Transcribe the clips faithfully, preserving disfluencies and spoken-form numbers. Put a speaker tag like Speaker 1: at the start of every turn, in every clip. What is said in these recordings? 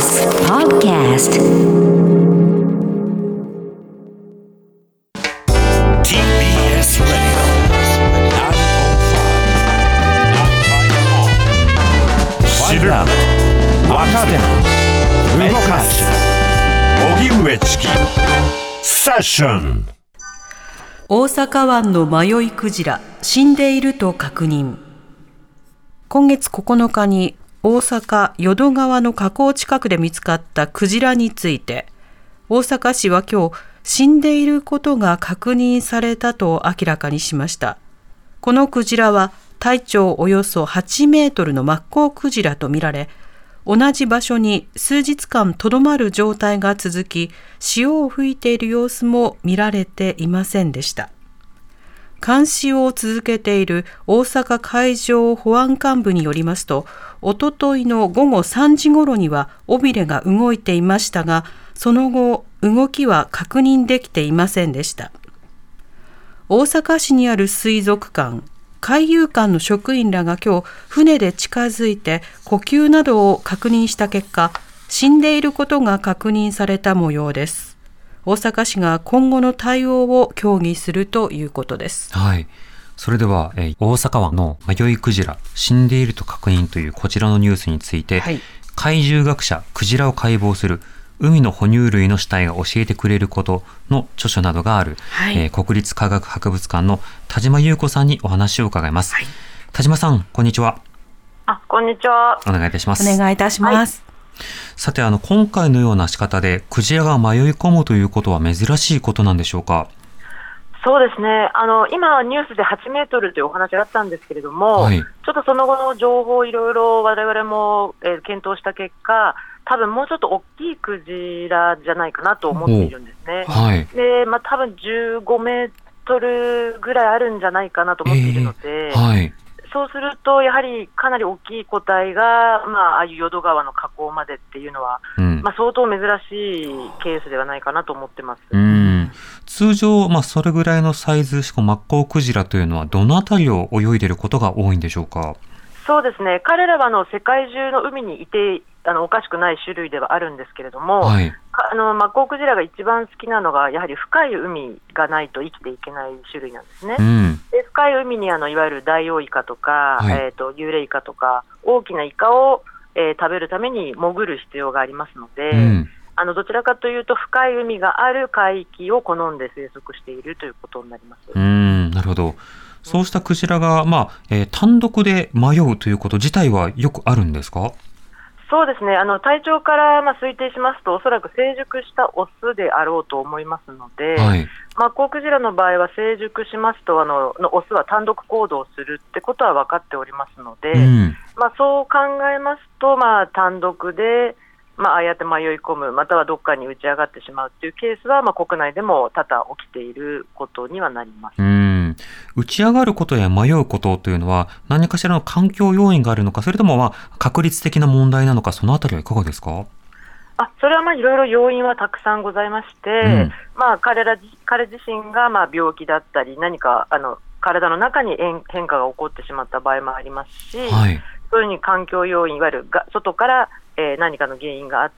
Speaker 1: ー Podcast ティー
Speaker 2: ビーエス Radio 知る、若手、動かす荻上チキセッション。
Speaker 3: 大阪湾の迷いクジラ死んでいると確認。今月ここのかに大阪淀川の河口近くで見つかったクジラについて、大阪市は今日死んでいることが確認されたと明らかにしました。このクジラは体長およそはちメートルのマッコウクジラとみられ、同じ場所に数日間とどまる状態が続き、潮を吹いている様子も見られていませんでした。監視を続けている大阪海上保安監部によりますと、おとといのごごさんじ頃には尾びれが動いていましたが、その後動きは確認できていませんでした。大阪市にある水族館海遊館の職員らが今日船で近づいて呼吸などを確認した結果、死んでいることが確認された模様です。大阪市が今後の対応を協議するということです。
Speaker 4: はい。それでは、えー、大阪湾の迷いクジラ死んでいると確認というこちらのニュースについて、はい、海獣学者クジラを解剖する海の哺乳類の死体が教えてくれることの著書などがある、はい、えー、国立科学博物館の田島優子さんにお話を伺います。はい、田島さん、こんにちは。
Speaker 5: あ、こんにちは。
Speaker 4: お願いいたします。
Speaker 3: お願いいたします。
Speaker 4: はい、さて、あの今回のような仕方でクジラが迷い込むということは珍しいことなんでしょうか。
Speaker 5: そうですね。あの今ニュースではちメートルというお話があったんですけれども、はい、ちょっとその後の情報をいろいろ我々も、えー、検討した結果、多分もうちょっと大きいクジラじゃないかなと思っているんですね。はい、で、まあ、多分じゅうごメートルぐらいあるんじゃないかなと思っているので、えーはい、そうするとやはりかなり大きい個体が、まあ、ああいう淀川の河口までっていうのは、うん、まあ、相当珍しいケースではないかなと思ってます。
Speaker 4: うん、通常、まあ、それぐらいのサイズ、しかもマッコウクジラというのはどのあたりを泳いでいることが多いんでしょうか。
Speaker 5: そうですね。彼らはあの世界中の海にいてあのおかしくない種類ではあるんですけれども、はい、あのマッコウクジラが一番好きなのがやはり深い海がないと生きていけない種類なんですね。うん、で深い海にあのいわゆるダイオウイカとか、はい、えーと、ユーレイカとか大きなイカを、えー、食べるために潜る必要がありますので、うん、あのどちらかというと深い海がある海域を好んで生息しているということになります。
Speaker 4: うん、なるほど。そうしたクジラが、まあえー、単独で迷うということ自体はよくあるんですか。
Speaker 5: そうですね。あの体長からまあ推定しますと、おそらく成熟したオスであろうと思いますので、はい、マッコウクジラの場合は成熟しますと、あののオスは単独行動するってことは分かっておりますので、うん、まあ、そう考えますと、まあ、単独で、まあ、ああやって迷い込む、またはどっかに打ち上がってしまうというケースは、まあ、国内でも多々起きていることにはなります。
Speaker 4: うん、打ち上がることや迷うことというのは何かしらの環境要因があるのか、それともまあ確率的な問題なのか、そのあたりはいかがですか。
Speaker 5: あ、それはまあいろいろ要因はたくさんございまして、うん、まあ、彼ら彼自身がまあ病気だったり、何かあの体の中に変化が起こってしまった場合もありますし、はい、そういうふうに環境要因、いわゆるが外からえー、何かの原因があって、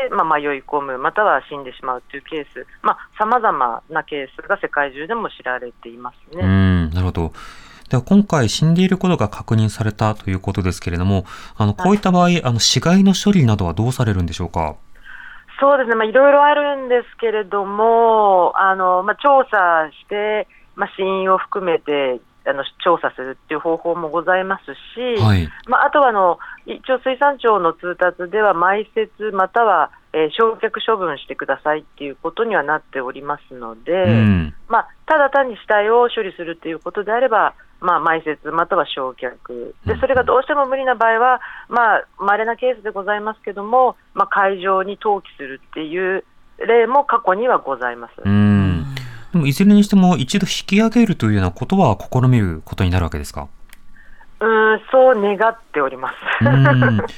Speaker 5: まあ、迷い込むまたは死んでしまうというケース、さまざ、まなケースが世界中でも知られていますね。
Speaker 4: うん、なるほど。では今回死んでいることが確認されたということですけれども、あのこういった場合、はい、あの死骸の処理などはどうされるんでしょうか。
Speaker 5: そうですね、まあ、いろいろあるんですけれども、あの、まあ、調査して、まあ、死因を含めてあの調査するっていう方法もございますし、はい、まあ、あとはあの一応水産庁の通達では埋設または、えー、焼却処分してくださいっていうことにはなっておりますので、うん、まあ、ただ単に死体を処理するということであれば、まあ、埋設または焼却で、それがどうしても無理な場合は、まあ、稀なケースでございますけども、まあ、海上に投棄するっていう例も過去にはございます。
Speaker 4: うん、でもいずれにしても一度引き上げるというようなことは試みることになるわけですか。
Speaker 5: うーん、そう願っております。
Speaker 4: うん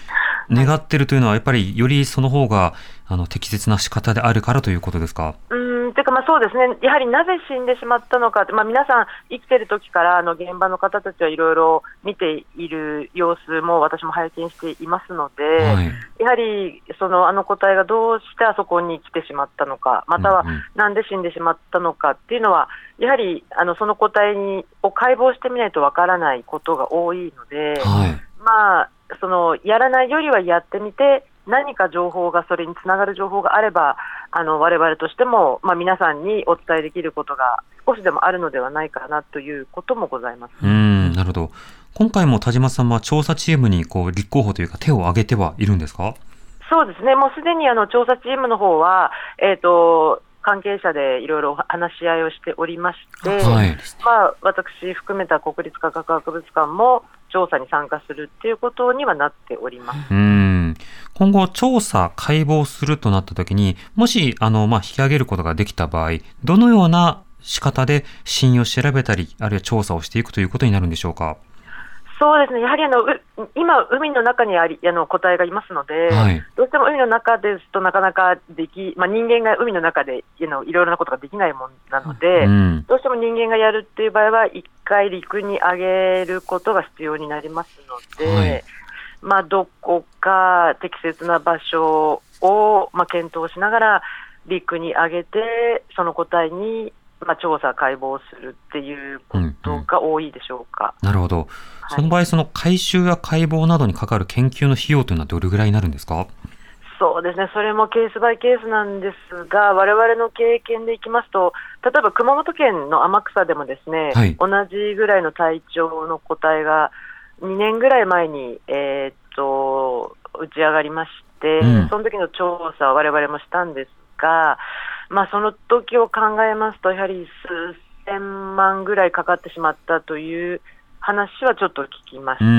Speaker 4: 願ってるというのはやっぱりよりその方があの適切な仕方であるからということですか。
Speaker 5: うーん、てかまあそうですね、やはりなぜ死んでしまったのかって、まあ、皆さん生きてる時からあの現場の方たちはいろいろ見ている様子も私も拝見していますので、はい、やはりそのあの個体がどうしてあそこに来てしまったのか、またはなんで死んでしまったのかっていうのは、やはりあのその個体にを解剖してみないとわからないことが多いので、はい、まあそのやらないよりはやってみて、何か情報がそれにつながる情報があれば、あの我々としても、まあ、皆さんにお伝えできることが少しでもあるのではないかなということもございます。
Speaker 4: うーん、なるほど。今回も田島さんは調査チームにこう立候補というか手を挙げてはいるんですか？
Speaker 5: そうですね、もうすでにあの調査チームの方は、えーと関係者でいろいろ話し合いをしておりまして、はい、まあ、私含めた国立科学博物館も調査に参加するっていうことにはなっております。
Speaker 4: うーん、今後調査解剖するとなったときに、もしあの、まあ、引き上げることができた場合、どのような仕方で死因を調べたり、あるいは調査をしていくということになるんでしょうか？
Speaker 5: そうですね、やはりあの今、海の中にありあの個体がいますので、はい、どうしても海の中ですとなかなかでき、まあ、人間が海の中でいろいろなことができないものなので、うん、どうしても人間がやるっていう場合は、一回陸に上げることが必要になりますので、はい、まあ、どこか適切な場所を、まあ、検討しながら、陸に上げて、その個体に、まあ、調査、解剖するっていうことが多いでしょうか。
Speaker 4: うんうん、なるほど。はい、その場合、その回収や解剖などにかかる研究の費用というのはどれぐらいになるんですか？
Speaker 5: そうですね、それもケースバイケースなんですが、我々の経験でいきますと、例えば熊本県の天草でもですね、はい、同じぐらいの体長の個体がにねんぐらい前に、えー、っと打ち上がりまして、うん、その時の調査は我々もしたんですが、まあ、その時を考えますと、やはり数千万ぐらいかかってしまったという話はちょっと聞きました。うん、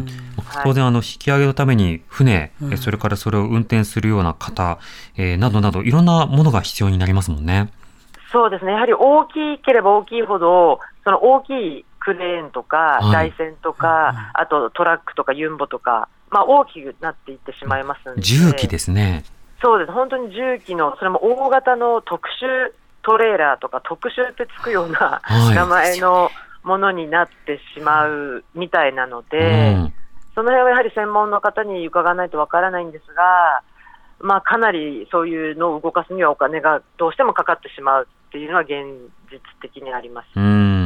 Speaker 4: はい、当然あの引き上げのために船、うん、それからそれを運転するような方、えー、などなどいろんなものが必要になりますもんね。
Speaker 5: そうですね、やはり大きければ大きいほど、その大きいクレーンとか台船とか、はい、あとトラックとかユンボとか、まあ、大きくなっていってしまいますので。
Speaker 4: 重機ですね。
Speaker 5: そうです、本当に重機の、それも大型の特殊トレーラーとか特殊ってつくような、はい、名前のものになってしまうみたいなので、うん、その辺はやはり専門の方に伺わないとわからないんですが、まあ、かなりそういうのを動かすにはお金がどうしてもかかってしまうっていうのは現実的にあります。
Speaker 4: うん、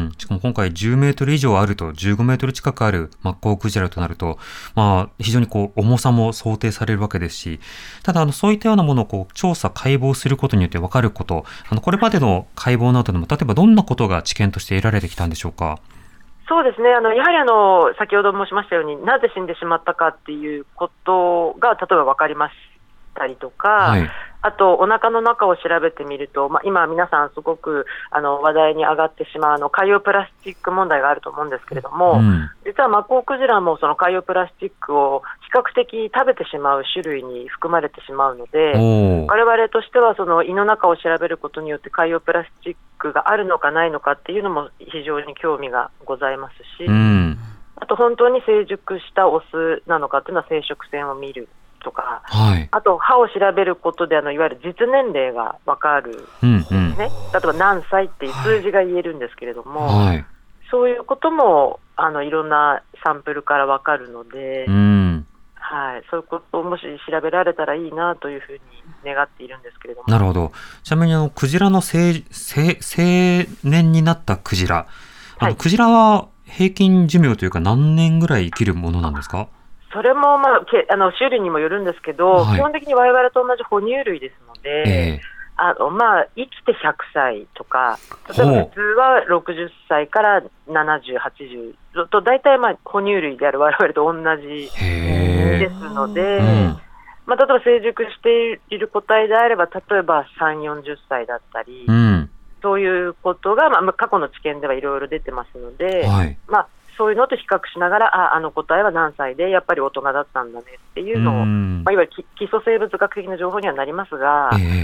Speaker 4: しかも今回じゅうメートル以上あるとじゅうごメートル近くあるマッコウクジラとなると、まあ、非常にこう重さも想定されるわけですし、ただあのそういったようなものをこう調査解剖することによって分かること、あのこれまでの解剖などでも例えばどんなことが知見として得られてきたんでしょうか？
Speaker 5: そうですね、あのやはりあの先ほど申しましたように、なぜ死んでしまったかっていうことが例えば分かりましたりとか、はい、あとお腹の中を調べてみると、まあ、今皆さんすごくあの話題に上がってしまうあの海洋プラスチック問題があると思うんですけれども、うん、実はマッコウクジラもその海洋プラスチックを比較的食べてしまう種類に含まれてしまうので、我々としてはその胃の中を調べることによって海洋プラスチックがあるのかないのかっていうのも非常に興味がございますし、うん、あと本当に成熟したオスなのかっていうのは生殖腺を見るとか、はい、あと歯を調べることであのいわゆる実年齢が分かるんですね、うんうん、例えば何歳っていう数字が言えるんですけれども、はい、そういうこともあのいろんなサンプルから分かるので、うんはい、そういうことをもし調べられたらいいなというふうに願っているんですけれども。
Speaker 4: なるほど。ちなみにあのクジラの成年になったクジラ、あの、はい、クジラは平均寿命というか何年ぐらい生きるものなんですか？
Speaker 5: それも、まあ、けあの種類にもよるんですけど、はい、基本的に我々と同じ哺乳類ですので、えーあのまあ、生きてひゃくさいとか、例えば普通はろくじゅっさいからななじゅう、はちじゅうと大体まあ哺乳類である我々と同じですので、うんまあ、例えば成熟している個体であれば例えばさんじゅう、よんじゅっさいだったり、うん、そういうことが、まあ、過去の知見ではいろいろ出てますので、はいまあ、そういうのと比較しながら あ, あの個体は何歳でやっぱり大人だったんだねっていうのを、まあ、いわゆる基礎生物学的な情報にはなりますが、えー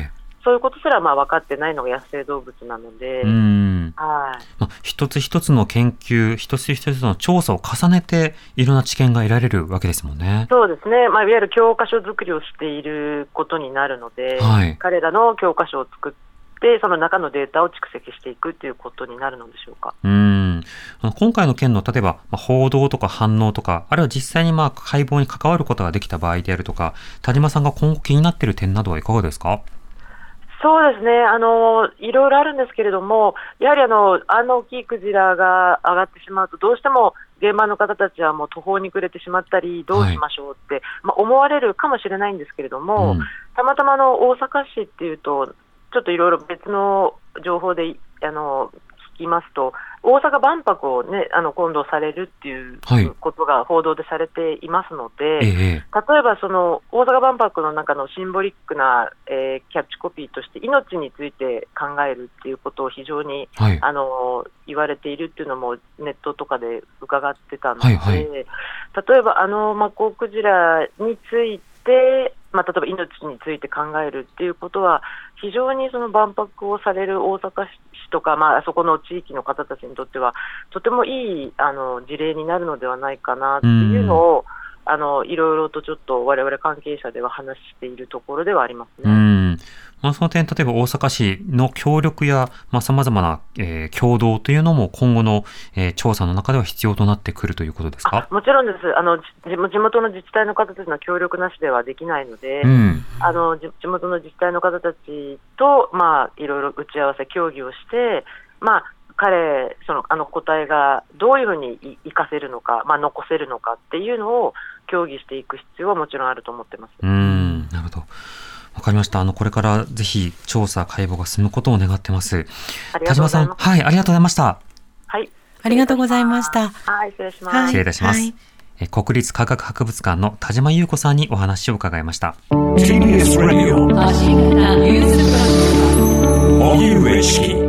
Speaker 5: そういうことすらまあ分かってないのが野生動物なので、うんはい、
Speaker 4: まあ、一つ一つの研究、一つ一つの調査を重ねていろんな知見が得られるわけですもんね。
Speaker 5: そうですね、まあ、いわゆる教科書作りをしていることになるので、はい、彼らの教科書を作ってその中のデータを蓄積していくということになるのでしょうか。
Speaker 4: うん今回の件の例えば、まあ、報道とか反応とか、あるいは実際にまあ解剖に関わることができた場合であるとか、田島さんが今後気になっている点などはいかがですか？
Speaker 5: そうですね、あのいろいろあるんですけれども、やはりあのあの大きいクジラが上がってしまうと、どうしても現場の方たちはもう途方に暮れてしまったり、どうしましょうって、はい、まあ、思われるかもしれないんですけれども、うん、たまたまの大阪市っていうと、ちょっといろいろ別の情報であの聞きますと、大阪万博を、ね、あの今度されるっていうことが報道でされていますので、はい、例えばその大阪万博の中のシンボリックな、えー、キャッチコピーとして命について考えるっていうことを非常に、はい、あの言われているっていうのもネットとかで伺ってたので、はいはい、例えばあのマッコウクジラについて、まあ、例えば命について考えるっていうことは非常にその万博をされる大阪市とか、まあ、あそこの地域の方たちにとってはとてもいいあの事例になるのではないかなっていうのを、あのいろいろとちょっと我々関係者では話しているところではありますね。
Speaker 4: うんまあ、その点、例えば大阪市の協力やさまざ、まな、えー、共同というのも今後の、えー、調査の中では必要となってくるということですか？
Speaker 5: もちろんです。あの地元の自治体の方たちの協力なしではできないので、うん、あの地元の自治体の方たちと、まあ、いろいろ打ち合わせ協議をして、まあ彼そのあの個体がどういうふうに生かせるのか、まあ、残せるのかっていうのを協議していく必要はもちろんあると思ってます。
Speaker 4: うーんなるほど、わかりました。あのこれからぜひ調査解剖が進むことを願ってます。田島さん、はい、ありがとうございました。
Speaker 5: はい、
Speaker 3: ありがとうございました。
Speaker 5: はい、失礼します。
Speaker 4: 失礼いたします。はい、え国立科学博物館の田島優子さんにお話を伺いました。
Speaker 2: ティービーエス Radio 荻上チキ